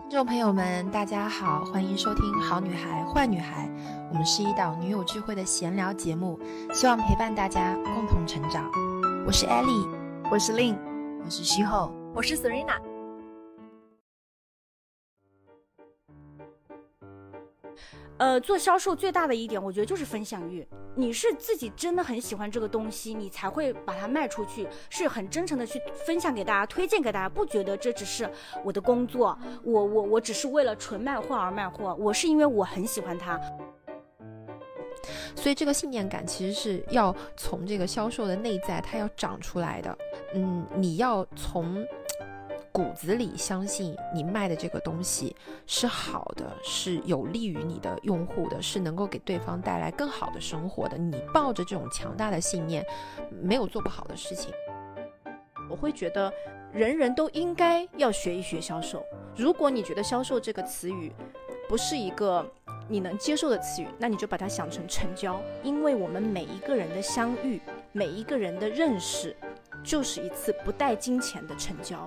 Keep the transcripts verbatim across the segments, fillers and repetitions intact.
听众朋友们大家好，欢迎收听好女孩坏女孩，我们是一档女友聚会的闲聊节目，希望陪伴大家共同成长。我是 Ellie， 我是 Lin， 我是徐后， 我是 Serena。呃，做销售最大的一点，我觉得就是分享欲。你是自己真的很喜欢这个东西，你才会把它卖出去，是很真诚的去分享给大家，推荐给大家，不觉得这只是我的工作，我我我只是为了纯卖货而卖货，我是因为我很喜欢它。 所以这个信念感其实是要从这个销售的内在它要长出来的。嗯，你要从骨子里相信你卖的这个东西是好的，是有利于你的用户的，是能够给对方带来更好的生活的。你抱着这种强大的信念，没有做不好的事情。 我会觉得人人都应该要学一学销售。如果你觉得销售这个词语不是一个你能接受的词语，那你就把它想成成交。因为我们每一个人的相遇，每一个人的认识，就是一次不带金钱的成交。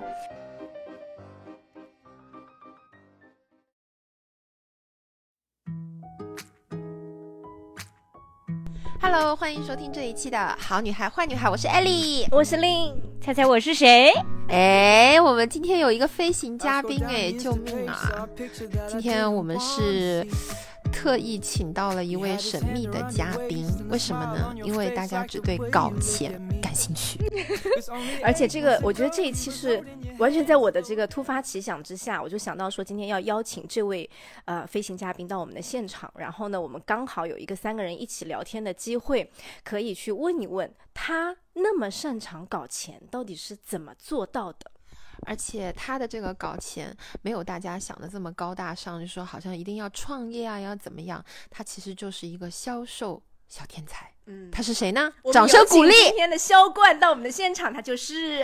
Hello， 欢迎收听这一期的好女孩坏女孩，我是 Ellie， 我是 Lin， 猜猜我是谁？ 哎，我们今天有一个飞行嘉宾，哎，救命啊！今天我们是特意请到了一位神秘的嘉宾，为什么呢？因为大家只对搞钱感兴趣。 而且这个我觉得这一期是完全在我的这个突发奇想之下，我就想到说今天要邀请这位呃飞行嘉宾到我们的现场，然后呢我们刚好有一个三个人一起聊天的机会，可以去问一问他那么擅长搞钱到底是怎么做到的。 而且他的这个搞钱没有大家想的这么高大上，就说好像一定要创业啊，要怎么样，他其实就是一个销售小天才。嗯，他是谁呢？掌声鼓励！ 今天的销冠到我们的现场，他就是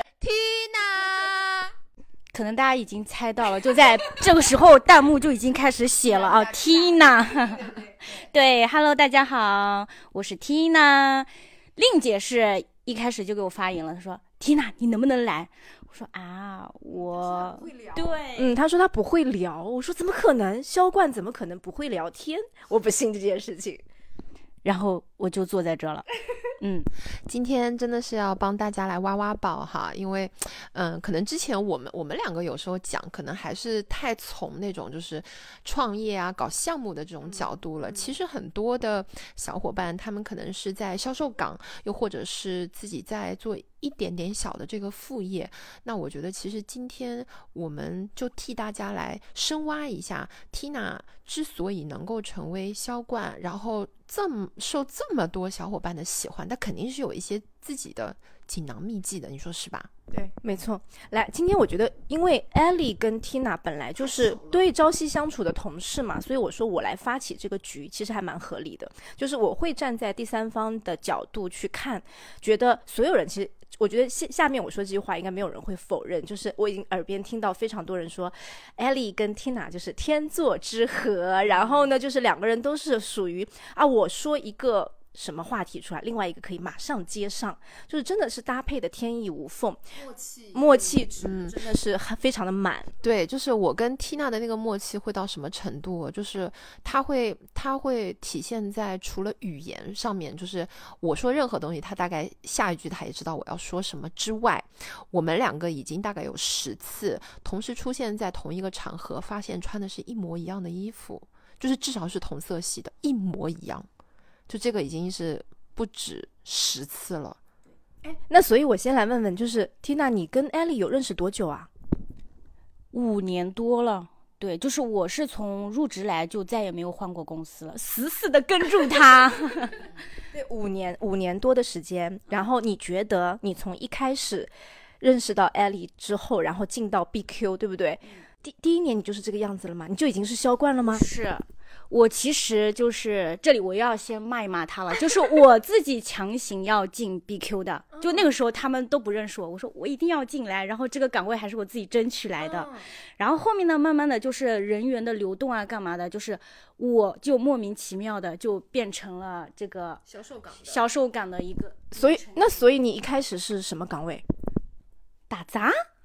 Tina。 可能大家已经猜到了，就在这个时候弹幕就已经开始写了啊，Tina。对 ，Hello， 大家好，我是 Tina。令姐是一开始就给我发言了，她说 Tina， 你能不能来？我说啊，我对， 嗯，他说他不会聊，我说怎么可能？销冠怎么可能不会聊天？我不信这件事情。 然后我就坐在这了。嗯， 今天真的是要帮大家来挖挖宝哈，因为嗯，可能之前我们我们两个有时候讲，可能还是太从那种就是创业啊、搞项目的这种角度了。其实很多的小伙伴，他们可能是在销售岗，又或者是自己在做一点点小的这个副业。那我觉得其实今天我们就替大家来深挖一下 Tina 之所以能够成为销冠，然后这么受这么多小伙伴的喜欢，他肯定是有一些自己的锦囊秘籍的，你说是吧？ 对，没错。来，今天我觉得因为 Ellie 跟 Tina 本来就是对朝夕相处的同事嘛，所以我说我来发起这个局其实还蛮合理的，就是我会站在第三方的角度去看，觉得所有人其实我觉得下面我说这句话应该没有人会否认，就是我已经耳边听到非常多人说 Ellie 跟 Tina 就是天作之合，然后呢就是两个人都是属于啊我说一个什么话题出来，另外一个可以马上接上，就是真的是搭配的天衣无缝，默契默契值、嗯、真的是非常的满。 对，就是我跟 Tina 的那个默契会到什么程度，就是他会他会体现在除了语言上面，就是我说任何东西他大概下一句他也知道我要说什么之外，我们两个已经大概有十次同时出现在同一个场合，发现穿的是一模一样的衣服，就是至少是同色系的，一模一样，就这个已经是不止十次了。 那所以我先来问问，就是 Tina 你跟 Ellie 有认识多久啊？ 五年多了。对，就是我是从入职来就再也没有换过公司了，死死的跟住他。 对，五年五年多的时间。然后你觉得你从一开始认识到 Ellie 之后，然后进到 B Q 对不对？第第一年你就是这个样子了吗？你就已经是销冠了吗？ 是。我其实就是这里我要先骂一骂他了，就是我自己强行要进 B Q 的，就那个时候他们都不认识我，我说我一定要进来，然后这个岗位还是我自己争取来的。然后后面呢，慢慢的就是人员的流动啊干嘛的，就是我就莫名其妙的就变成了这个销售岗销售岗的一个。 所以那所以你一开始是什么岗位？ 打杂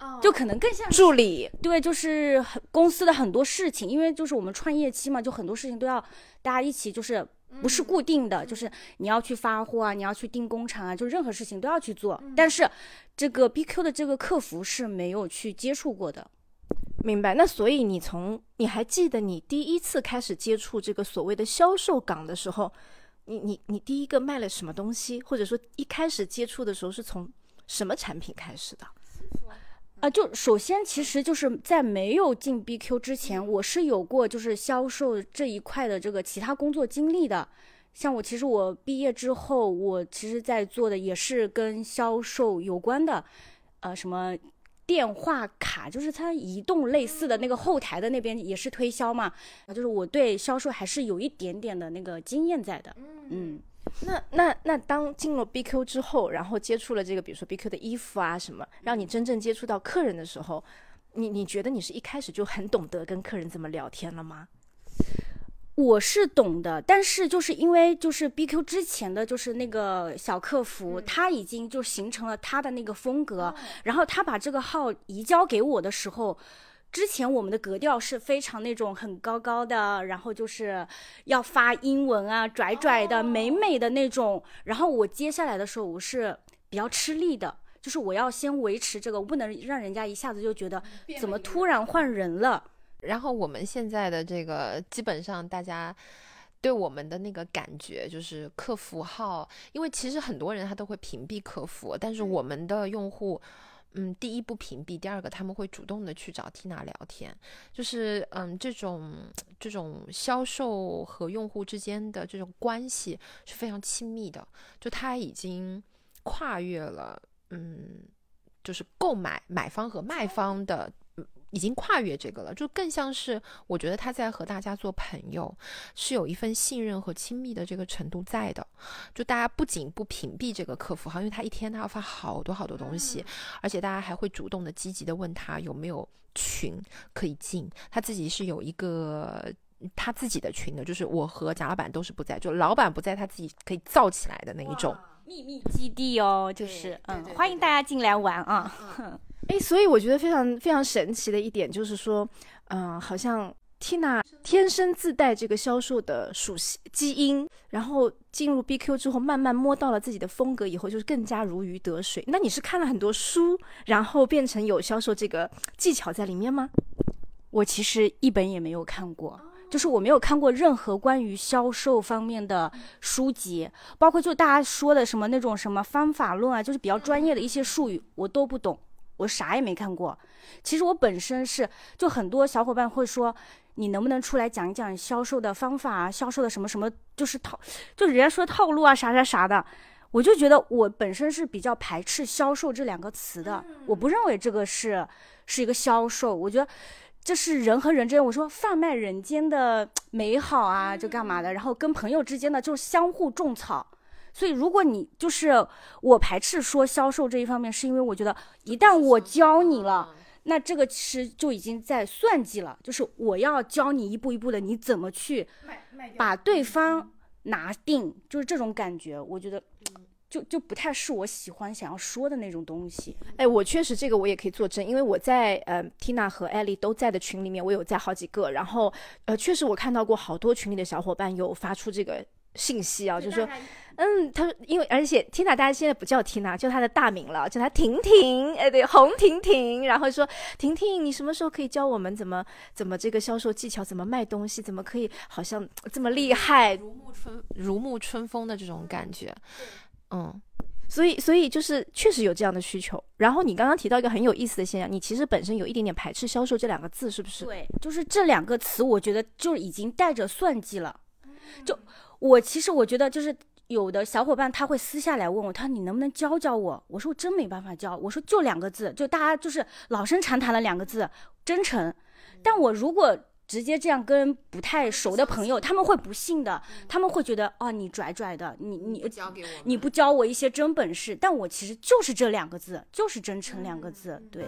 就可能更像助理。 对，就是很公司的很多事情，因为就是我们创业期嘛，就很多事情都要大家一起，就是不是固定的，嗯、就是你要去发货啊，你要去订工厂啊，就任何事情都要去做。嗯、但是这个 B Q 的这个客服是没有去接触过的。 明白。那所以你从你还记得你第一次开始接触这个所谓的销售岗的时候，你你你第一个卖了什么东西，或者说一开始接触的时候是从什么产品开始的？ 啊，就首先其实就是在没有进 B Q 之前，我是有过就是销售这一块的这个其他工作经历的。像我其实我毕业之后，我其实在做的也是跟销售有关的，呃，什么电话卡，就是它移动类似的那个后台的那边也是推销嘛，就是我对销售还是有一点点的那个经验在的。嗯。 那那那当进入 B Q 之后，然后接触了这个比如说 B Q 的衣服啊什么，让你真正接触到客人的时候，你你觉得你是一开始就很懂得跟客人怎么聊天了吗？ 我是懂的，但是就是因为就是 B Q 之前的就是那个小客服、嗯、他已经就形成了他的那个风格、哦、然后他把这个号移交给我的时候，之前我们的格调是非常那种很高高的，然后就是要发英文啊，拽拽的、哦、美美的那种，然后我接下来的时候我是比较吃力的，就是我要先维持这个，我不能让人家一下子就觉得怎么突然换人了。 然后我们现在的这个基本上大家对我们的那个感觉就是客服号，因为其实很多人他都会屏蔽客服，但是我们的用户嗯，第一不屏蔽，第二个他们会主动的去找 Tina 聊天，就是嗯，这种这种销售和用户之间的这种关系是非常亲密的，就他已经跨越了嗯，就是购买买方和卖方的。已经跨越这个了，就更像是我觉得他在和大家做朋友，是有一份信任和亲密的这个程度在的。就大家不仅不屏蔽这个客服号，因为他一天他要发好多好多东西，而且大家还会主动的积极的问他有没有群可以进，他自己是有一个他自己的群的，就是我和贾老板都是不在，就老板不在他自己可以造起来的那一种秘密基地哦，就是嗯，欢迎大家进来玩啊。 嗯哎，所以我觉得非常非常神奇的一点就是说，嗯、呃，好像 Tina 天生自带这个销售的属性基因，然后进入 B Q 之后，慢慢摸到了自己的风格以后，就是更加如鱼得水。那你是看了很多书，然后变成有销售这个技巧在里面吗？ 我其实一本也没有看过。就是我没有看过任何关于销售方面的书籍，包括就大家说的什么那种什么方法论啊，就是比较专业的一些术语，我都不懂，我啥也没看过。其实我本身是，就很多小伙伴会说，你能不能出来讲一讲销售的方法啊，销售的什么什么，就是套，就人家说套路啊，啥啥啥的。我就觉得我本身是比较排斥销售这两个词的，我不认为这个是是一个销售，我觉得。这是人和人之间，我说贩卖人间的美好啊，就干嘛的，然后跟朋友之间的就是相互种草。所以如果你就是我排斥说销售这一方面，是因为我觉得一旦我教你了，那这个其实就已经在算计了，就是我要教你一步一步的你怎么去把对方拿定，就是这种感觉，我觉得就就不太是我喜欢想要说的那种东西。 哎，我确实这个我也可以作证，因为我在呃 Tina 和 Ellie 都在的群里面，我有在好几个，然后呃确实我看到过好多群里的小伙伴有发出这个信息啊，就是说嗯，他说因为而且 Tina 大家现在不叫 Tina， 叫她的大名了，叫她婷婷，哎对，红婷婷，然后说婷婷，你什么时候可以教我们怎么怎么这个销售技巧，怎么卖东西，怎么可以好像这么厉害， 如沐春如沐春风的这种感觉。嗯， 所以所以就是确实有这样的需求。然后你刚刚提到一个很有意思的现象，你其实本身有一点点排斥销售这两个字，是不是？ 对，就是这两个词我觉得就已经带着算计了。就我其实我觉得就是有的小伙伴他会私下来问我，他说你能不能教教我，我说我真没办法教，我说就两个字，就大家就是老生常谈的两个字，真诚。但我如果直接这样跟不太熟的朋友，他们会不信的，他们会觉得哦，你拽拽的，你你不教给我，你不教我一些真本事。但我其实就是这两个字，就是真诚两个字。对。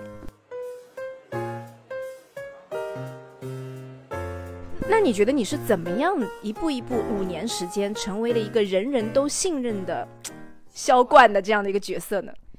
那你觉得你是怎么样一步一步五年时间成为了一个人人都信任的销冠的这样的一个角色呢？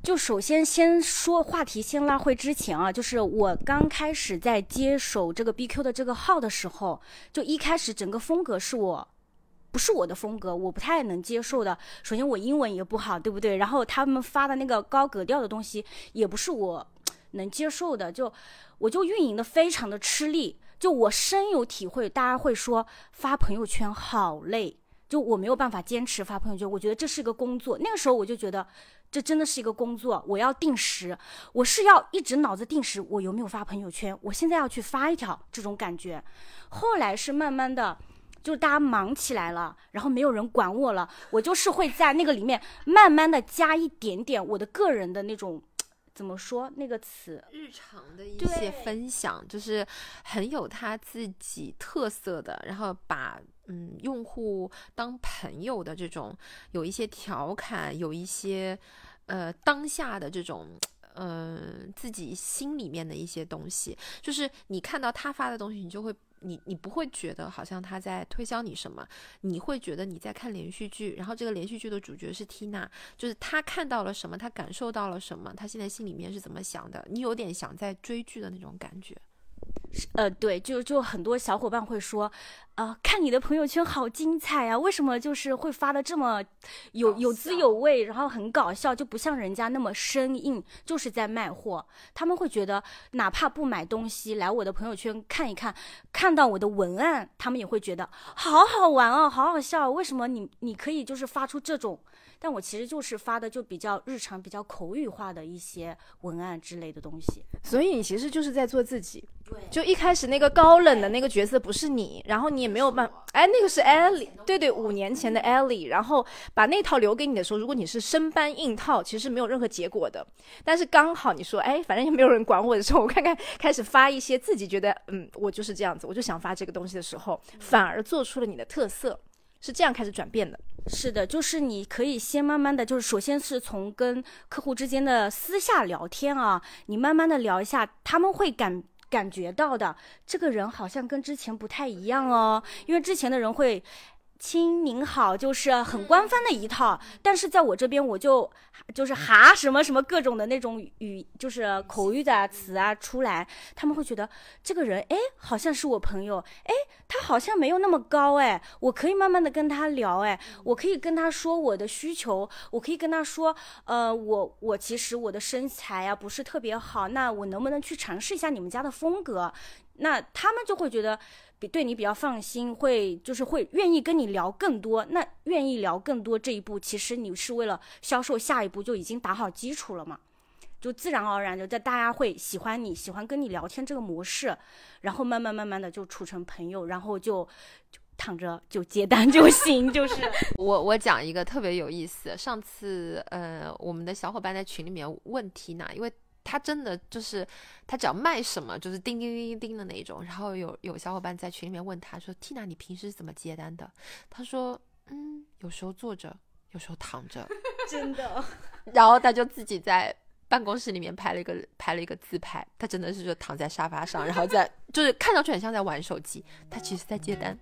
就首先先说话题先拉回之前啊，就是我刚开始在接手这个 B Q 的这个号的时候，就一开始整个风格是我不是我的风格，我不太能接受的。首先我英文也不好，对不对？然后他们发的那个高格调的东西也不是我能接受的，就我就运营的非常的吃力。就我深有体会，大家会说发朋友圈好累，就我没有办法坚持发朋友圈，我觉得这是一个工作。那个时候我就觉得这真的是一个工作，我要定时，我是要一直脑子定时，我有没有发朋友圈，我现在要去发一条，这种感觉。后来是慢慢的就大家忙起来了，然后没有人管我了，我就是会在那个里面慢慢的加一点点我的个人的那种怎么说那个词， 日常的一些分享，就是很有他自己特色的，然后把嗯用户当朋友的这种，有一些调侃，有一些呃当下的这种呃自己心里面的一些东西，就是你看到他发的东西，你就会你你不会觉得好像他在推销你什么，你会觉得你在看连续剧，然后这个连续剧的主角是 Tina， 就是他看到了什么，他感受到了什么，他现在心里面是怎么想的，你有点想在追剧的那种感觉。 呃，对，就就很多小伙伴会说，呃，看你的朋友圈好精彩啊，为什么就是会发的这么有有滋有味，然后很搞笑，就不像人家那么生硬，就是在卖货。他们会觉得，哪怕不买东西，来我的朋友圈看一看，看到我的文案，他们也会觉得好好玩哦，好好笑。为什么你你可以就是发出这种？但我其实就是发的就比较日常、比较口语化的一些文案之类的东西。 所以你其实就是在做自己。对，就一开始那个高冷的那个角色不是你，然后你也没有办法，哎，那个是 Ellie， 对对，五年前的 Ellie， 然后把那套留给你的时候，如果你是生搬硬套，其实是没有任何结果的。但是刚好你说，哎，反正也没有人管我的时候，我看看开始发一些自己觉得，嗯，我就是这样子，我就想发这个东西的时候，反而做出了你的特色，是这样开始转变的。 是的，就是你可以先慢慢的，就是首先是从跟客户之间的私下聊天啊，你慢慢的聊一下，他们会感感觉到的，这个人好像跟之前不太一样哦，因为之前的人会亲您好，就是很官方的一套，但是在我这边我就就是哈什么什么各种的那种语，就是口语的词啊出来，他们会觉得这个人哎好像是我朋友，哎他好像没有那么高，哎我可以慢慢的跟他聊，哎我可以跟他说我的需求，我可以跟他说呃我我其实我的身材啊不是特别好，那我能不能去尝试一下你们家的风格，那他们就会觉得比对你比较放心，会就是会愿意跟你聊更多。那愿意聊更多这一步，其实你是为了销售下一步就已经打好基础了嘛，就自然而然的在大家会喜欢你，喜欢跟你聊天这个模式，然后慢慢慢慢的就处成朋友，然后就就躺着就接单就行。就是我我讲一个特别有意思，上次呃我们的小伙伴在群里面问题呢，因为他真的就是他只要卖什么就是叮叮叮叮的那种，然后有有小伙伴在群里面问他说 Tina 你平时是怎么接单的，他说嗯有时候坐着有时候躺着真的然后他就自己在办公室里面拍了一个拍了一个自拍，他真的是就躺在沙发上，然后在就是看上去很像在玩手机，他其实在接单。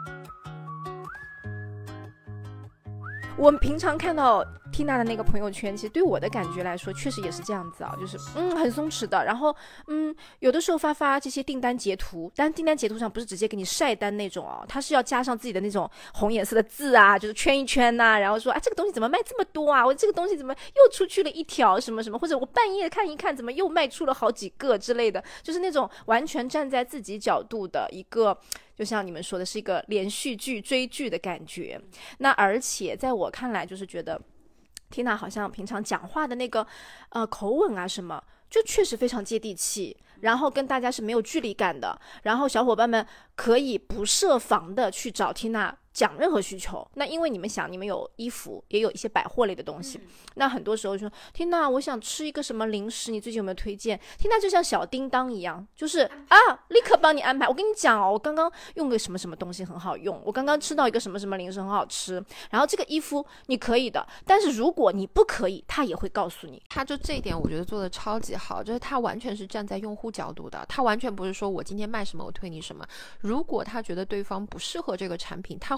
我们平常看到 Tina 的那个朋友圈，其实对我的感觉来说确实也是这样子啊，就是嗯很松弛的，然后嗯有的时候发发这些订单截图，但订单截图上不是直接给你晒单那种哦，它是要加上自己的那种红颜色的字啊，就是圈一圈呐、啊，然后说啊这个东西怎么卖这么多啊，我这个东西怎么又出去了一条什么什么，或者我半夜看一看怎么又卖出了好几个之类的，就是那种完全站在自己角度的一个，就像你们说的是一个连续剧追剧的感觉。那而且在我看来就是觉得 Tina 好像平常讲话的那个呃口吻啊什么就确实非常接地气，然后跟大家是没有距离感的，然后小伙伴们可以不设防的去找 Tina 讲任何需求。那因为你们想你们有衣服也有一些百货类的东西、嗯、那很多时候说 Tina 我想吃一个什么零食，你最近有没有推荐？ Tina 就像小叮当一样，就是啊立刻帮你安排。我跟你讲哦，我刚刚用个什么什么东西很好用，我刚刚吃到一个什么什么零食很好吃，然后这个衣服你可以的，但是如果你不可以他也会告诉你。 他就这一点我觉得做的超级好，就是他完全是站在用户角度的，他完全不是说我今天卖什么我推你什么，如果他觉得对方不适合这个产品，他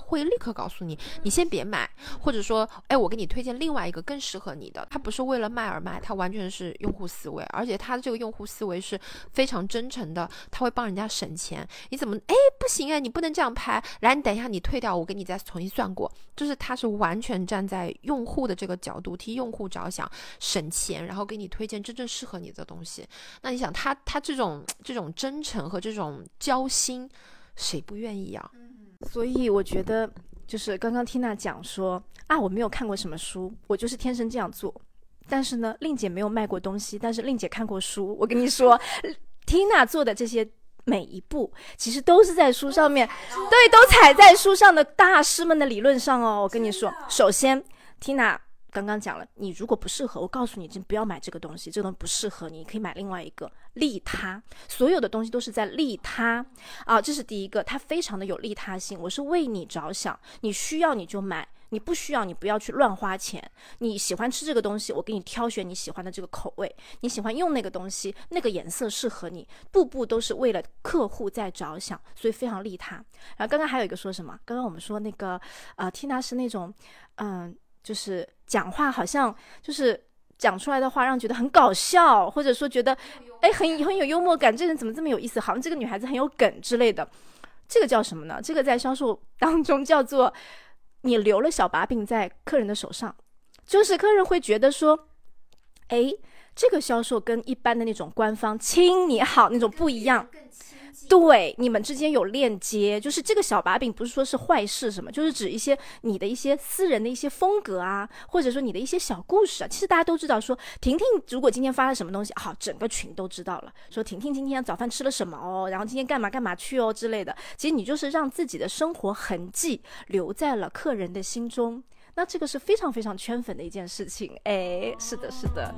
会立刻告诉你，你先别买，或者说，哎，我给你推荐另外一个更适合你的。他不是为了卖而卖，他完全是用户思维，而且他的这个用户思维是非常真诚的，他会帮人家省钱。你怎么，哎，不行哎，你不能这样拍，来，你等一下，你退掉，我给你再重新算过。就是他是完全站在用户的这个角度，替用户着想，省钱，然后给你推荐真正适合你的东西。那你想，他他这种这种真诚和这种交心，谁不愿意啊？ 所以我觉得就是刚刚 Tina 讲说啊，我没有看过什么书，我就是天生这样做。但是呢，令姐没有卖过东西，但是令姐看过书。我跟你说Tina 做的这些每一步其实都是在书上面，对，都踩在书上的大师们的理论上哦。我跟你说，首先 Tina刚刚讲了，你如果不适合，我告诉你，就不要买这个东西，这个东西不适合你，你可以买另外一个。利他，所有的东西都是在利他啊，这是第一个，它非常的有利他性。我是为你着想，你需要你就买，你不需要你不要去乱花钱。你喜欢吃这个东西，我给你挑选你喜欢的这个口味；你喜欢用那个东西，那个颜色适合你，步步都是为了客户在着想，所以非常利他。然后刚刚还有一个说什么？刚刚我们说那个呃，Tina 是那种嗯。呃就是讲话好像就是讲出来的话让人觉得很搞笑，或者说觉得哎很很有幽默感，这人怎么这么有意思，好像这个女孩子很有梗之类的。这个叫什么呢？这个在销售当中叫做你留了小把柄在客人的手上，就是客人会觉得说哎，这个销售跟一般的那种官方亲你好那种不一样，对，你们之间有链接，就是这个小把柄不是说是坏事什么，就是指一些你的一些私人的一些风格啊，或者说你的一些小故事啊。其实大家都知道说婷婷如果今天发了什么东西，好，整个群都知道了，说婷婷今天早饭吃了什么哦，然后今天干嘛干嘛去哦之类的。其实你就是让自己的生活痕迹留在了客人的心中，那这个是非常非常圈粉的一件事情。哎，是的是的。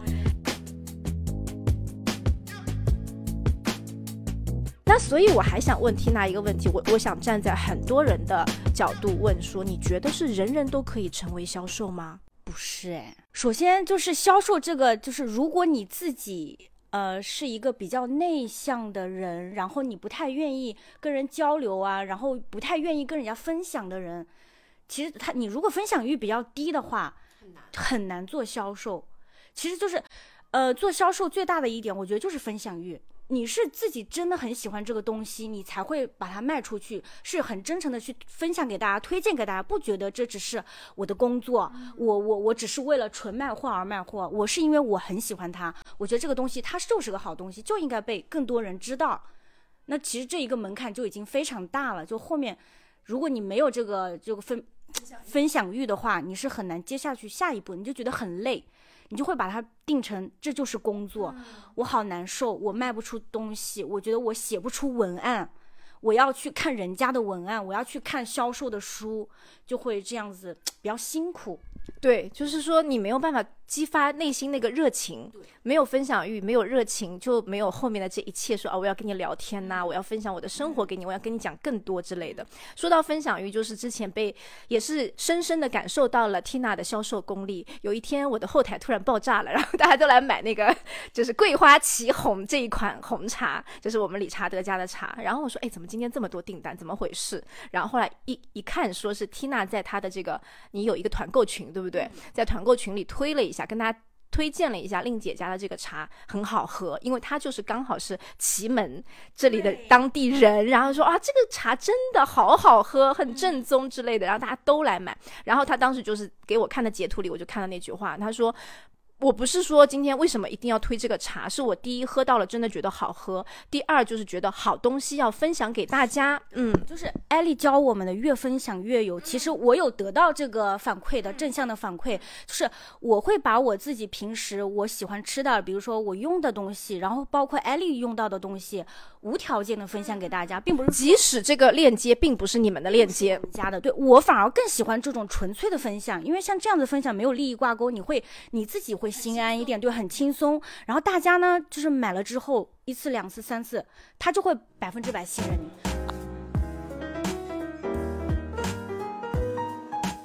那所以我还想问 Tina 一个问题，我我想站在很多人的角度问说，你觉得是人人都可以成为销售吗？ 不是哎，首先就是销售这个，就是如果你自己呃是一个比较内向的人，然后你不太愿意跟人交流啊，然后不太愿意跟人家分享的人，其实他你如果分享欲比较低的话，很难很难做销售。其实就是呃做销售最大的一点，我觉得就是分享欲。你是自己真的很喜欢这个东西，你才会把它卖出去，是很真诚的去分享给大家，推荐给大家，不觉得这只是我的工作，我我我只是为了纯卖货而卖货，我是因为我很喜欢它，我觉得这个东西它就是个好东西，就应该被更多人知道。那其实这一个门槛就已经非常大了，就后面如果你没有这个这个分分享欲的话，你是很难接下去下一步，你就觉得很累，你就会把它定成这就是工作，我好难受，我卖不出东西，我觉得我写不出文案，我要去看人家的文案，我要去看销售的书，就会这样子比较辛苦。 对，就是说你没有办法激发内心那个热情，没有分享欲，没有热情，就没有后面的这一切说啊，我要跟你聊天呐、啊，我要分享我的生活给你，我要跟你讲更多之类的。说到分享欲，就是之前被也是深深的感受到了 Tina 的销售功力。有一天我的后台突然爆炸了，然后大家都来买那个就是桂花旗红这一款红茶，就是我们理查德家的茶。然后我说哎，怎么今天这么多订单，怎么回事？然后后来一一看，说是 Tina 在她的这个你有一个团购群，对不对？在团购群里推了一下，跟大家推荐了一下令姐家的这个茶很好喝，因为她就是刚好是祁门这里的当地人，然后说啊这个茶真的好好喝，很正宗之类的，然后大家都来买。然后她当时就是给我看的截图里，我就看到那句话，她说我不是说今天为什么一定要推这个茶，是我第一喝到了真的觉得好喝，第二就是觉得好东西要分享给大家。嗯， 就是艾丽教我们的越分享越有，其实我有得到这个反馈的正向的反馈，就是我会把我自己平时我喜欢吃的，比如说我用的东西，然后包括艾丽用到的东西，无条件的分享给大家，并不是即使这个链接并不是你们的链接加的，对，我反而更喜欢这种纯粹的分享，因为像这样的分享没有利益挂钩，你会你自己会心安一点，对，很轻松。然后大家呢，就是买了之后一次、两次、三次，他就会百分之百信任你。 那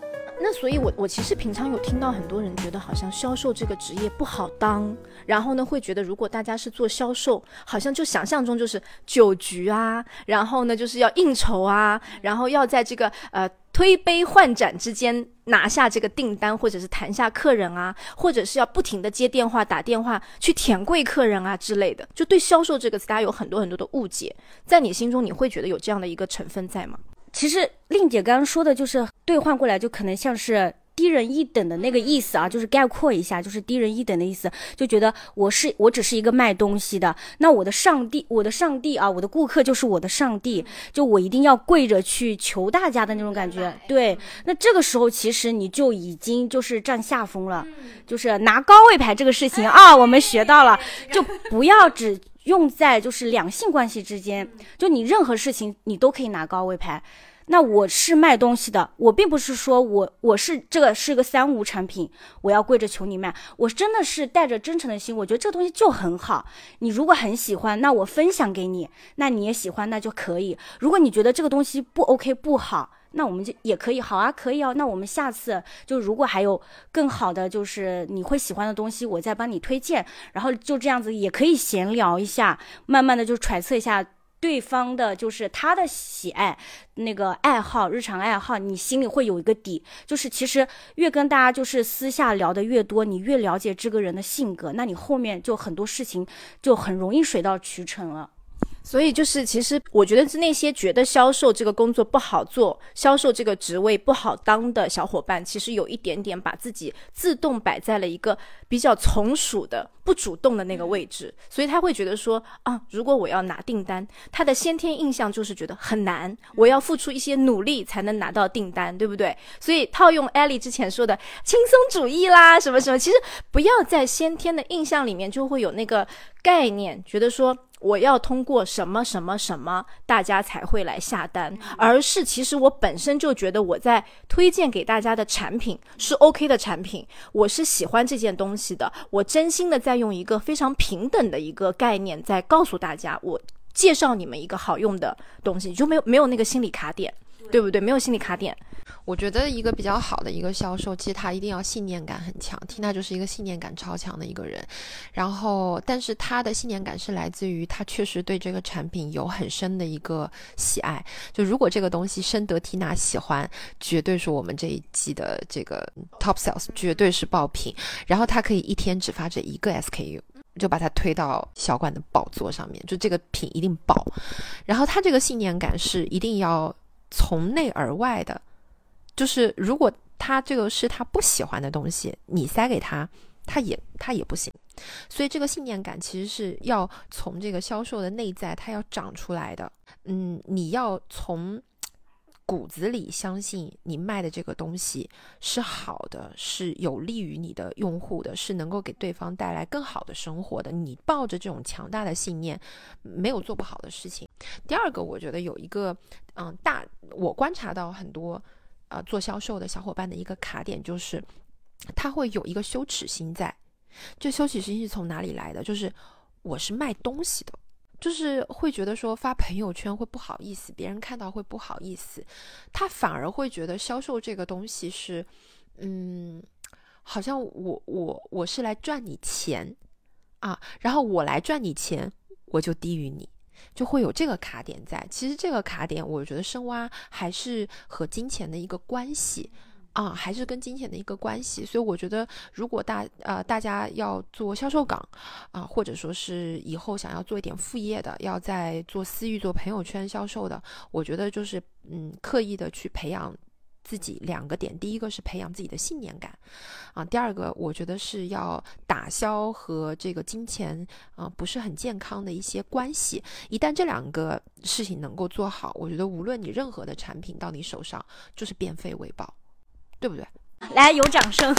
那所以我我其实平常有听到很多人觉得好像销售这个职业不好当，然后呢会觉得如果大家是做销售，好像就想象中就是酒局啊，然后呢就是要应酬啊，然后要在这个呃推杯换盏之间拿下这个订单，或者是谈下客人啊，或者是要不停的接电话打电话去舔柜客人啊之类的，就对销售这个词大家有很多很多的误解。在你心中你会觉得有这样的一个成分在吗？ 其实令姐刚刚说的就是兑换过来就可能像是低人一等的那个意思啊，就是概括一下，就是低人一等的意思，就觉得我是我只是一个卖东西的，那我的上帝我的上帝啊，我的顾客就是我的上帝，就我一定要跪着去求大家的那种感觉。对，那这个时候其实你就已经就是占下风了，就是拿高位牌这个事情啊，我们学到了，就不要只用在就是两性关系之间，就你任何事情你都可以拿高位牌。那我是卖东西的，我并不是说我我是这个是个三无产品，我要跪着求你卖，我真的是带着真诚的心，我觉得这个东西就很好，你如果很喜欢，那我分享给你，那你也喜欢，那就可以。如果你觉得这个东西不 OK 不好，那我们就也可以，好啊，可以哦。那我们下次就如果还有更好的，就是你会喜欢的东西，我再帮你推荐，然后就这样子也可以闲聊一下，慢慢的就揣测一下对方的就是他的喜爱那个爱好日常爱好，你心里会有一个底，就是其实越跟大家就是私下聊的越多，你越了解这个人的性格，那你后面就很多事情就很容易水到渠成了。 所以就是其实我觉得是那些觉得销售这个工作不好做，销售这个职位不好当的小伙伴，其实有一点点把自己自动摆在了一个比较从属的不主动的那个位置，所以他会觉得说啊，如果我要拿订单，他的先天印象就是觉得很难，我要付出一些努力才能拿到订单，对不对？所以套用 Ellie 之前说的轻松主义啦什么什么，其实不要在先天的印象里面就会有那个概念，觉得说我要通过什么什么什么大家才会来下单，而是其实我本身就觉得我在推荐给大家的产品是 OK 的产品，我是喜欢这件东西的，我真心的在用一个非常平等的一个概念在告诉大家，我介绍你们一个好用的东西，就没有没有那个心理卡点，对不对？没有心理卡点。 我觉得一个比较好的一个销售，其实他一定要信念感很强。Tina就是一个信念感超强的一个人，然后但是他的信念感是来自于他确实对这个产品有很深的一个喜爱。就如果这个东西深得 Tina 喜欢，绝对是我们这一季的这个 top sales， 绝对是爆品。然后他可以一天只发这一个 S K U。就把它推到小馆的宝座上面，就这个品一定爆。然后他这个信念感是一定要从内而外的，就是如果他这个是他不喜欢的东西，你塞给他，他也他也不行。所以这个信念感其实是要从这个销售的内在，它要长出来的。嗯，你要从骨子里相信你卖的这个东西是好的，是有利于你的用户的，是能够给对方带来更好的生活的。你抱着这种强大的信念，没有做不好的事情。第二个，我觉得有一个嗯大，我观察到很多呃做销售的小伙伴的一个卡点，就是他会有一个羞耻心在。这羞耻心是从哪里来的？就是我是卖东西的。就是会觉得说发朋友圈会不好意思，别人看到会不好意思，他反而会觉得销售这个东西是嗯，好像我我我是来赚你钱啊，然后我来赚你钱我就低于你，就会有这个卡点在。其实这个卡点我觉得深挖还是和金钱的一个关系啊，还是跟金钱的一个关系。所以我觉得如果大呃大家要做销售岗啊，或者说是以后想要做一点副业的，要在做私域做朋友圈销售的，我觉得就是嗯刻意的去培养自己两个点。第一个是培养自己的信念感啊，第二个我觉得是要打消和这个金钱啊不是很健康的一些关系。一旦这两个事情能够做好，我觉得无论你任何的产品到你手上就是变废为宝，对不对？ 来，有掌声。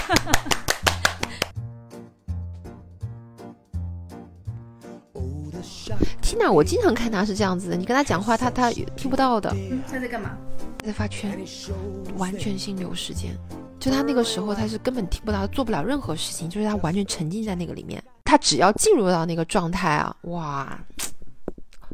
Tina 我经常看她是这样子的，你跟她讲话她她听不到的。 嗯，她在干嘛？ 在发圈，完全心流时间。就她那个时候她是根本听不到，做不了任何事情，就是她完全沉浸在那个里面。她只要进入到那个状态啊，哇，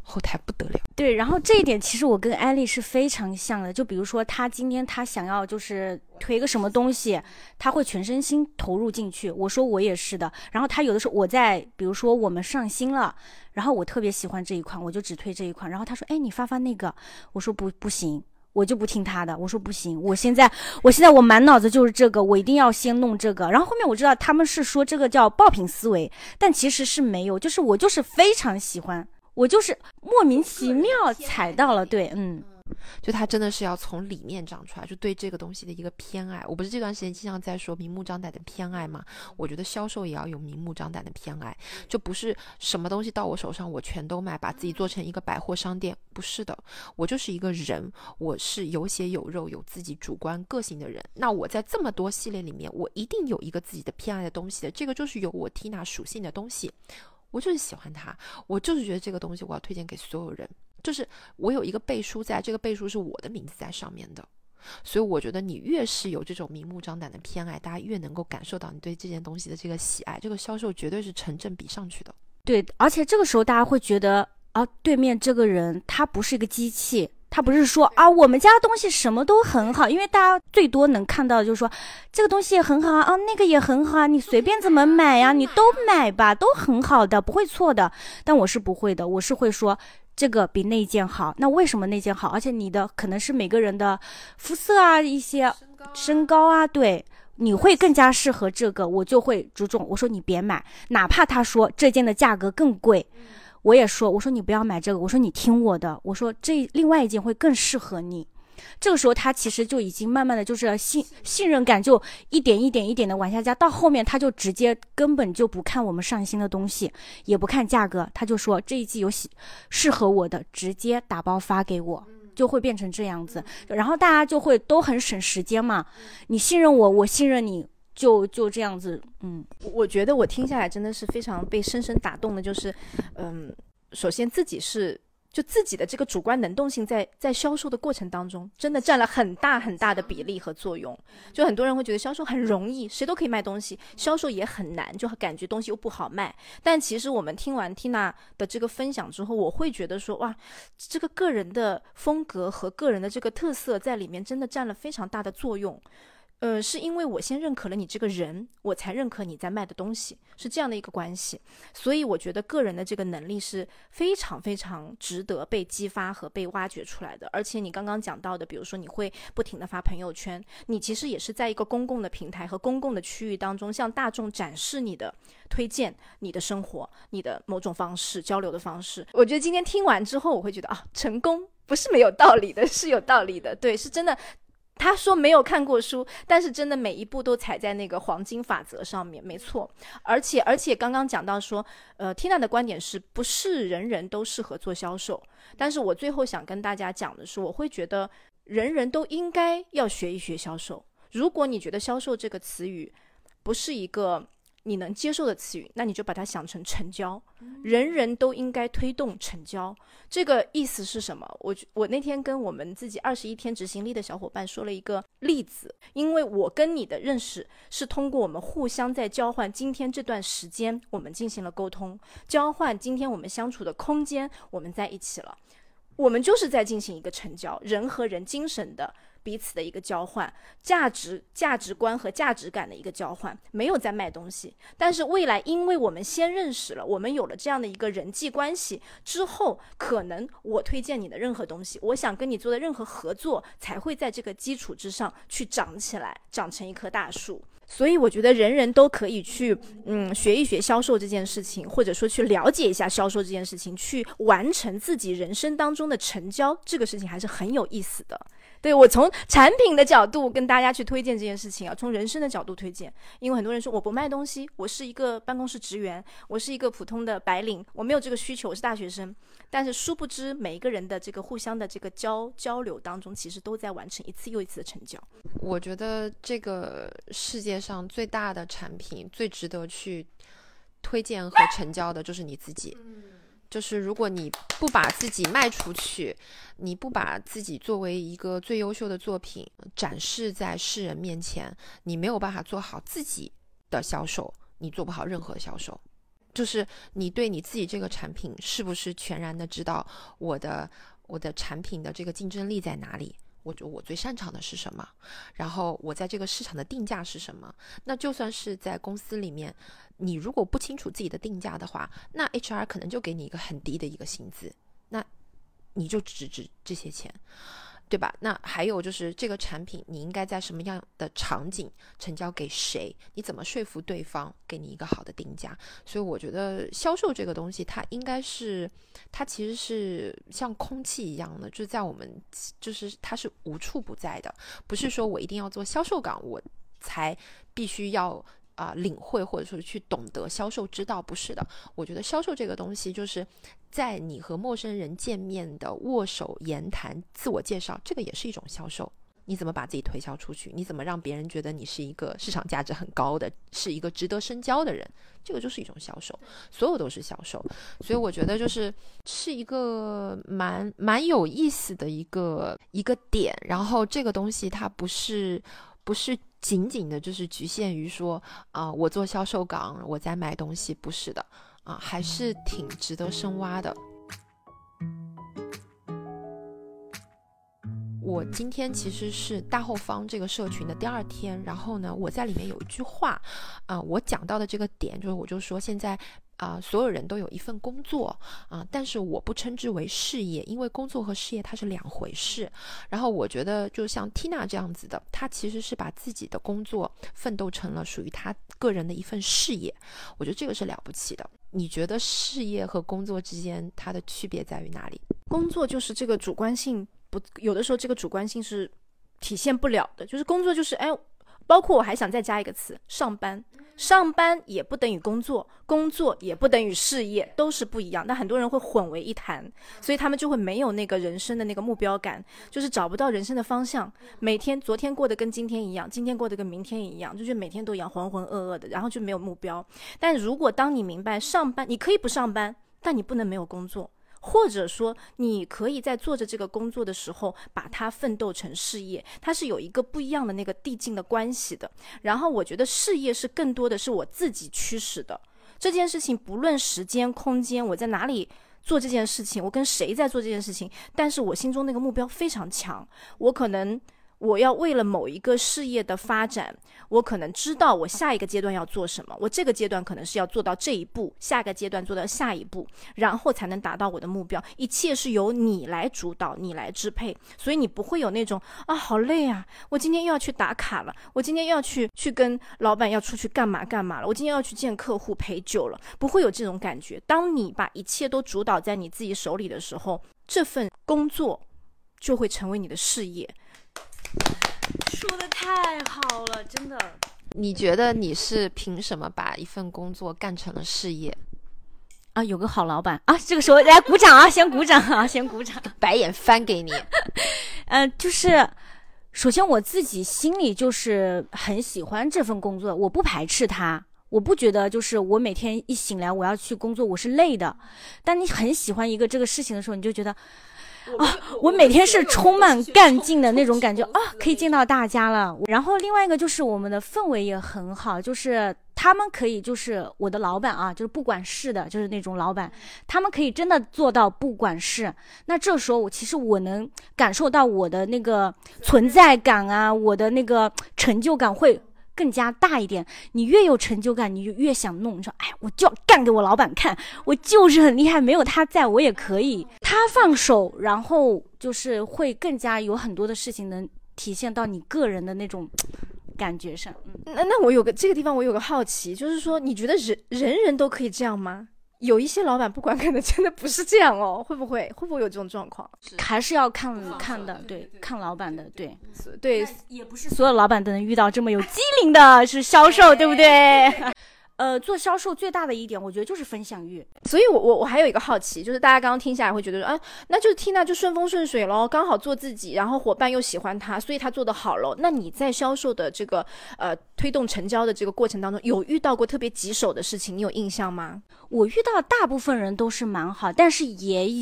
后台不得了。 对，然后这一点其实我跟艾丽是非常像的，就比如说她今天她想要就是推个什么东西，她会全身心投入进去，我说我也是的。然后她有的时候我在比如说我们上新了，然后我特别喜欢这一款，我就只推这一款，然后她说哎你发发那个，我说不不行，我就不听他的，我说不行，我现在我现在我满脑子就是这个，我一定要先弄这个。然后后面我知道他们是说这个叫爆品思维，但其实是没有，就是我就是非常喜欢，我就是莫名其妙踩到了，对，嗯。 就他真的是要从里面长出来，就对这个东西的一个偏爱。我不是这段时间经常在说明目张胆的偏爱吗？我觉得销售也要有明目张胆的偏爱，就不是什么东西到我手上我全都买，把自己做成一个百货商店，不是的，我就是一个人，我是有血有肉有自己主观个性的人。那我在这么多系列里面，我一定有一个自己的偏爱的东西的，这个就是有我 Tina 属性的东西，我就是喜欢它，我就是觉得这个东西我要推荐给所有人，就是我有一个背书在，这个背书是我的名字在上面的。所以我觉得你越是有这种明目张胆的偏爱，大家越能够感受到你对这件东西的这个喜爱，这个销售绝对是成正比上去的。 对，而且这个时候大家会觉得啊，对面这个人他不是一个机器，他不是说啊我们家的东西什么都很好，因为大家最多能看到的就是说这个东西也很好啊，啊那个也很好啊，你随便怎么买呀、啊，你都买吧，都很好的，不会错的。但我是不会的，我是会说这个比那件好，那为什么那件好？而且你的可能是每个人的肤色啊，一些身高啊，对，你会更加适合这个，我就会注重。我说你别买，哪怕他说这件的价格更贵，我也说，我说你不要买这个，我说你听我的，我说这另外一件会更适合你。这个时候他其实就已经慢慢的就是信信任感就一点一点一点的往下加，到后面他就直接根本就不看我们上新的东西，也不看价格，他就说这一季有适合我的直接打包发给我，就会变成这样子。然后大家就会都很省时间嘛，你信任我，我信任你，就就这样子。嗯， 我觉得我听下来真的是非常被深深打动的，就是嗯，首先自己是就自己的这个主观能动性在在销售的过程当中真的占了很大很大的比例和作用。就很多人会觉得销售很容易，谁都可以卖东西，销售也很难，就感觉东西又不好卖。但其实我们听完 Tina 的这个分享之后，我会觉得说哇，这个个人的风格和个人的这个特色在里面真的占了非常大的作用。呃，是因为我先认可了你这个人，我才认可你在卖的东西，是这样的一个关系。所以我觉得个人的这个能力是非常非常值得被激发和被挖掘出来的。而且你刚刚讲到的，比如说你会不停的发朋友圈，你其实也是在一个公共的平台和公共的区域当中向大众展示你的推荐、你的生活、你的某种方式、交流的方式。我觉得今天听完之后，我会觉得啊，成功不是没有道理的，是有道理的。对，是真的。他说没有看过书，但是真的每一步都踩在那个黄金法则上面，没错。而且而且刚刚讲到说，呃 Tina 的观点是不是人人都适合做销售？但是我最后想跟大家讲的是，我会觉得人人都应该要学一学销售。如果你觉得销售这个词语不是一个你能接受的词语，那你就把它想成成交，人人都应该推动成交。这个意思是什么？我我那天跟我们自己二十一天执行力的小伙伴说了一个例子，因为我跟你的认识是通过我们互相在交换今天这段时间我们进行了沟通，交换今天我们相处的空间，我们在一起了，我们就是在进行一个成交，人和人精神的彼此的一个交换，价值价值观和价值感的一个交换，没有在卖东西。但是未来因为我们先认识了，我们有了这样的一个人际关系之后，可能我推荐你的任何东西，我想跟你做的任何合作，才会在这个基础之上去长起来，长成一棵大树。所以我觉得人人都可以去嗯学一学销售这件事情，或者说去了解一下销售这件事情，去完成自己人生当中的成交，这个事情还是很有意思的。对，我从产品的角度跟大家去推荐这件事情啊，从人生的角度推荐。因为很多人说我不卖东西，我是一个办公室职员，我是一个普通的白领，我没有这个需求，我是大学生。但是殊不知每一个人的这个互相的这个交交流当中，其实都在完成一次又一次的成交。 我觉得这个世界上最大的产品，最值得去推荐和成交的就是你自己。就是如果你不把自己卖出去，你不把自己作为一个最优秀的作品展示在世人面前，你没有办法做好自己的销售，你做不好任何销售。 就是你对你自己这个产品是不是全然的知道我的我的产品的这个竞争力在哪里，我我最擅长的是什么，然后我在这个市场的定价是什么。那就算是在公司里面，你如果不清楚自己的定价的话，那 H R 可能就给你一个很低的一个薪资，那你就只值这些钱，对吧？那还有就是这个产品你应该在什么样的场景成交给谁，你怎么说服对方给你一个好的定价。所以我觉得销售这个东西它应该是它其实是像空气一样的，就是在我们就是它是无处不在的，不是说我一定要做销售岗我才必须要啊、呃，领会或者说去懂得销售之道，不是的。我觉得销售这个东西就是在你和陌生人见面的握手言谈自我介绍，这个也是一种销售。你怎么把自己推销出去，你怎么让别人觉得你是一个市场价值很高的，是一个值得深交的人，这个就是一种销售，所有都是销售。所以我觉得就是是一个蛮蛮有意思的一个一个点。然后这个东西它不是不是仅仅的就是局限于说啊、呃，我做销售岗我在卖东西，不是的啊、呃，还是挺值得深挖的。我今天其实是大后方这个社群的第二天，然后呢，我在里面有一句话啊、呃，我讲到的这个点就是，我就说现在啊、呃，所有人都有一份工作啊、呃，但是我不称之为事业，因为工作和事业它是两回事。然后我觉得，就像 Tina 这样子的，她其实是把自己的工作奋斗成了属于她个人的一份事业，我觉得这个是了不起的。你觉得事业和工作之间它的区别在于哪里？ 工作就是这个主观性不，有的时候这个主观性是体现不了的，就是工作就是哎，包括我还想再加一个词，上班。上班也不等于工作，工作也不等于事业，都是不一样。但很多人会混为一谈，所以他们就会没有那个人生的那个目标感，就是找不到人生的方向。每天昨天过得跟今天一样，今天过得跟明天一样，就觉得每天都一样浑浑噩噩的，然后就没有目标。但如果当你明白上班，你可以不上班，但你不能没有工作。或者说你可以在做着这个工作的时候把它奋斗成事业，它是有一个不一样的那个递进的关系的。然后我觉得事业是更多的是我自己驱使的，这件事情不论时间空间，我在哪里做这件事情，我跟谁在做这件事情，但是我心中那个目标非常强，我可能我要为了某一个事业的发展，我可能知道我下一个阶段要做什么，我这个阶段可能是要做到这一步，下个阶段做到下一步，然后才能达到我的目标。一切是由你来主导，你来支配，所以你不会有那种啊好累啊，我今天又要去打卡了，我今天又要去去跟老板要出去干嘛干嘛了，我今天要去见客户陪酒了，不会有这种感觉。当你把一切都主导在你自己手里的时候，这份工作就会成为你的事业。 说的太好了，真的。 你觉得你是凭什么把一份工作干成了事业啊？有个好老板啊，这个时候来鼓掌啊，先鼓掌啊，先鼓掌， 白眼翻给你。 呃，就是首先我自己心里就是很喜欢这份工作，我不排斥它，我不觉得就是我每天一醒来我要去工作我是累的。但你很喜欢一个这个事情的时候，你就觉得啊，我每天是充满干劲的那种感觉啊，可以见到大家了。然后另外一个就是我们的氛围也很好，就是他们可以就是我的老板啊，就是不管事的，就是那种老板，他们可以真的做到不管事。那这时候我其实我能感受到我的那个存在感啊，我的那个成就感会更加大一点。你越有成就感，你就越想弄，你说哎，我就要干给我老板看，我就是很厉害，没有他在我也可以。他放手，然后就是会更加有很多的事情能体现到你个人的那种感觉上。 嗯、那那我有个这个地方我有个好奇，就是说你觉得人人人都可以这样吗？有一些老板不管可能真的不是这样哦，会不会会不会有这种状况？ 还是要看看的，对，看老板的，对对， 也不是所有老板都能遇到这么有机灵的是销售，对不对？呃，做销售最大的一点，我觉得就是分享欲。 所以我我我还有一个好奇，就是大家刚刚听下来会觉得说，啊，那就是 Tina 就顺风顺水咯，刚好做自己，然后伙伴又喜欢他，所以他做得好咯。那你在销售的这个呃推动成交的这个过程当中，有遇到过特别棘手的事情，你有印象吗？ 我遇到大部分人都是蛮好，但是也有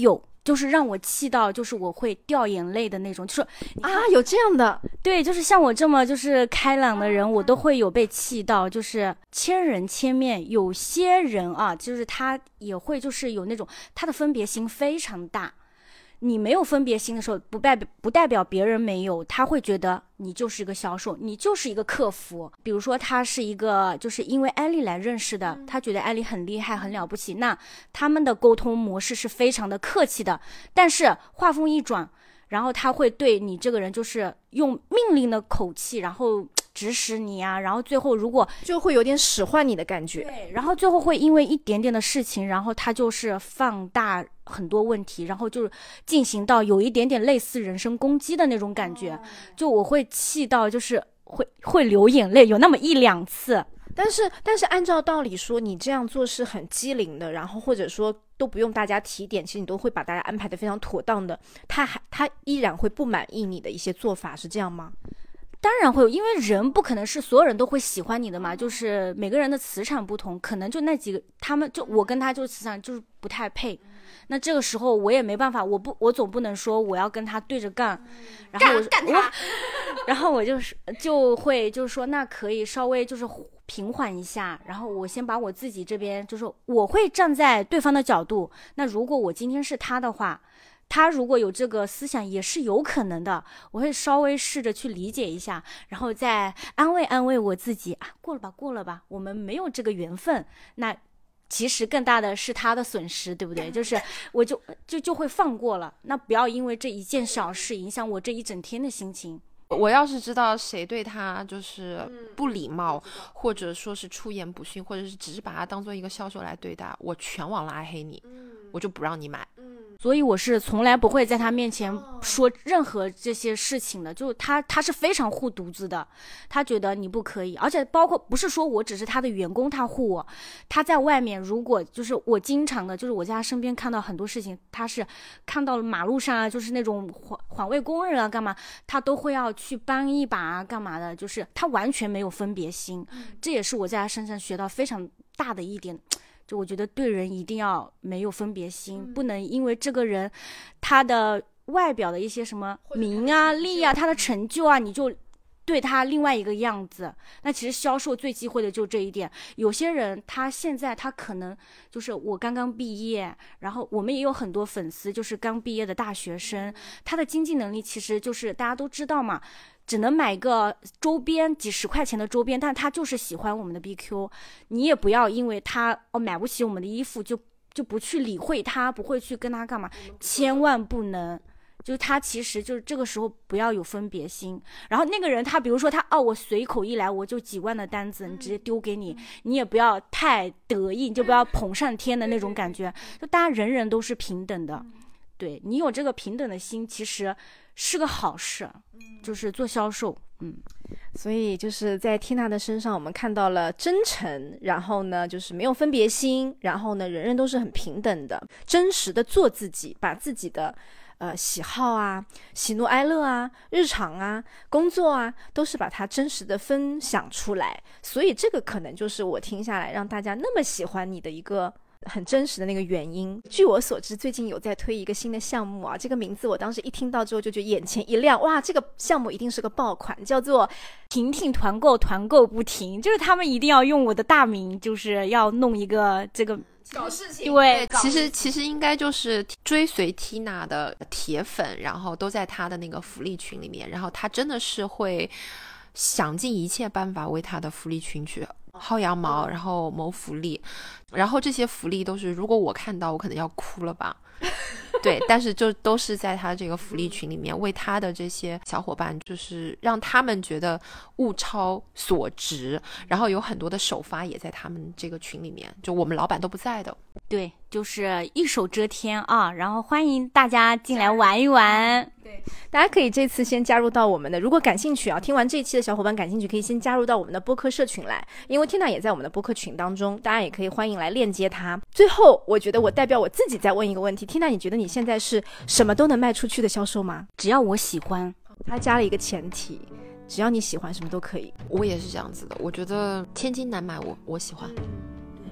就是让我气到就是我会掉眼泪的那种，就是啊，有这样的， 对，就是像我这么就是开朗的人，我都会有被气到，就是千人千面。有些人啊，就是他也会就是有那种他的分别心非常大。你没有分别心的时候，不代表不代表别人没有，他会觉得你就是一个销售，你就是一个客服。比如说他是一个就是因为艾丽来认识的，他觉得艾丽很厉害很了不起，那他们的沟通模式是非常的客气的。但是话锋一转，然后他会对你这个人就是用命令的口气，然后指使你啊，然后最后如果就会有点使唤你的感觉。 对，然后最后会因为一点点的事情，然后他就是放大很多问题，然后就是进行到有一点点类似人身攻击的那种感觉，就我会气到就是会会流眼泪，有那么一两次。 但是但是按照道理说，你这样做是很机灵的，然后或者说都不用大家提点，其实你都会把大家安排得非常妥当的，他还他依然会不满意你的一些做法，是这样吗？ 当然会有，因为人不可能是所有人都会喜欢你的嘛，就是每个人的磁场不同，可能就那几个，他们就我跟他就是磁场就是不太配。那这个时候我也没办法，我不我总不能说我要跟他对着干，然后我干干他， 然后我就是就会就是说那可以稍微就是平缓一下，然后我先把我自己这边就是我会站在对方的角度，那如果我今天是他的话。他如果有这个思想也是有可能的，我会稍微试着去理解一下，然后再安慰安慰我自己啊，过了吧过了吧，我们没有这个缘分，那其实更大的是他的损失，对不对？就是我就就就会放过了，那不要因为这一件小事影响我这一整天的心情。 我要是知道谁对他就是不礼貌，或者说是出言不逊，或者是只是把他当做一个销售来对待，我全网拉黑你，我就不让你买。 所以我是从来不会在他面前说任何这些事情的，就他他是非常护犊子的，他觉得你不可以，而且包括不是说我只是他的员工他护我，他在外面如果就是我经常的就是我在他身边看到很多事情，他是看到了马路上啊，就是那种环环卫工人啊干嘛，他都会要去帮一把啊干嘛的，就是他完全没有分别心，这也是我在他身上学到非常大的一点。就我觉得对人一定要没有分别心，嗯、不能因为这个人他的外表的一些什么名啊利啊他的成就啊，你就对他另外一个样子。那其实销售最忌讳的就这一点。有些人他现在他可能就是我刚刚毕业，然后我们也有很多粉丝就是刚毕业的大学生，他的经济能力其实就是大家都知道嘛，只能买个周边几十块钱的周边，但他就是喜欢我们的 B Q， 你也不要因为他哦买不起我们的衣服就就不去理会他，不会去跟他干嘛，千万不能。就是他其实就是这个时候不要有分别心，然后那个人他比如说他哦我随口一来我就几万的单子你直接丢给你，你也不要太得意，你就不要捧上天的那种感觉，就大家人人都是平等的，对，你有这个平等的心其实是个好事，就是做销售。嗯， 所以就是在缇娜的身上我们看到了真诚，然后呢就是没有分别心，然后呢人人都是很平等的，真实的做自己，把自己的呃喜好啊喜怒哀乐啊日常啊工作啊都是把它真实的分享出来，所以这个可能就是我听下来让大家那么喜欢你的一个很真实的那个原因。据我所知最近有在推一个新的项目啊，这个名字我当时一听到之后就觉得眼前一亮，哇这个项目一定是个爆款，叫做婷婷团购，团购不停，就是他们一定要用我的大名，就是要弄一个这个搞事情。 对， 其实其实应该就是追随 Tina 的铁粉，然后都在她的那个福利群里面，然后她真的是会想尽一切办法为她的福利群去薅羊毛，然后谋福利，然后这些福利都是如果我看到我可能要哭了吧对，但是就都是在他这个福利群里面为他的这些小伙伴就是让他们觉得物超所值，然后有很多的首发也在他们这个群里面，就我们老板都不在的， 对，就是一手遮天啊，然后欢迎大家进来玩一玩。 对，大家可以这次先加入到我们的，如果感兴趣啊，听完这一期的小伙伴感兴趣可以先加入到我们的播客社群来，因为 Tina 也在我们的播客群当中，大家也可以欢迎来链接她。最后我觉得我代表我自己再问一个问题， Tina 你觉得你现在是什么都能卖出去的销售吗？ 只要我喜欢。 他加了一个前提，只要你喜欢什么都可以。 我也是这样子的，我觉得千金难买我我喜欢。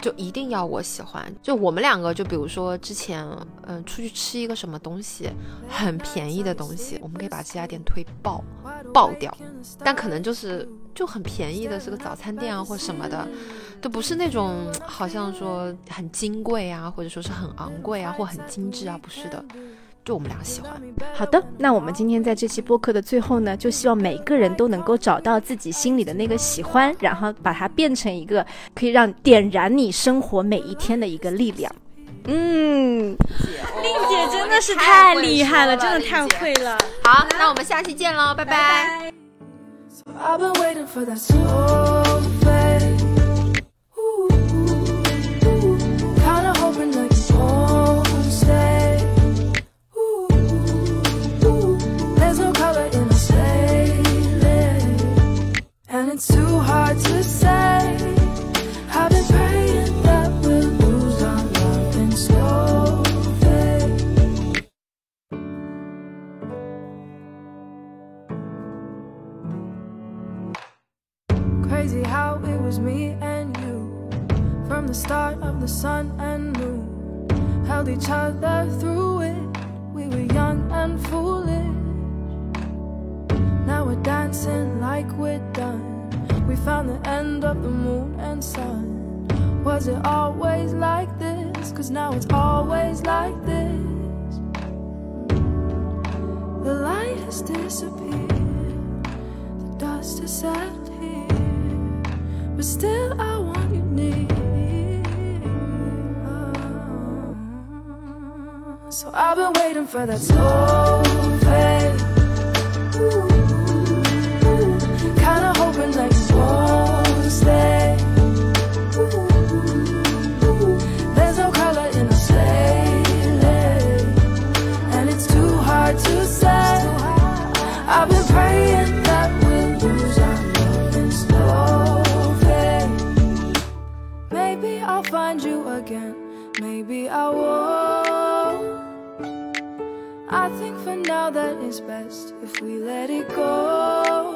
就一定要我喜欢。就我们两个，就比如说之前嗯、呃、出去吃一个什么东西很便宜的东西，我们可以把这家店推爆爆掉，但可能就是就很便宜的是个早餐店啊或什么的，都不是那种好像说很金贵啊，或者说是很昂贵啊或很精致啊，不是的，就我们俩喜欢。 好的，那我们今天在这期播客的最后呢，就希望每个人都能够找到自己心里的那个喜欢，然后把它变成一个可以让点燃你生活每一天的一个力量。嗯， 令姐真的是太厉害了，真的太会了。 好，那我们下期见喽，拜拜。 I've been waiting for that soul fade. Ooh, ooh, kinda hoping that you won't stay. Ooh, ooh, there's no color in the sailing, and it's too hard to say. I've been praying that we'll lose our love in slow fade. Crazy how it was me and you from the start of the sun and moon. Held each other through it. We were young and foolish. Now we're dancing like we're done. We found the end of the moon and sun. Was it always like this? 'Cause now it's always like this. The light has disappeared, the dust has settled here, but still I want you near. So I've been waiting for that slow fade. Ooh, kinda hoping that you won't stay. Ooh, there's no color in the sailing, and it's too hard to say. I've been praying that we'll lose our love in slow fade. Maybe I'll find you again, maybe I won't. I think for now that it's best if we let it go.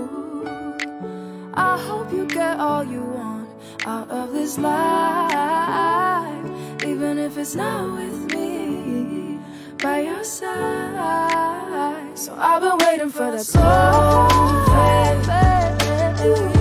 I hope you get all you want out of this life, even if it's not with me by your side. So I've been waiting for that soul fade.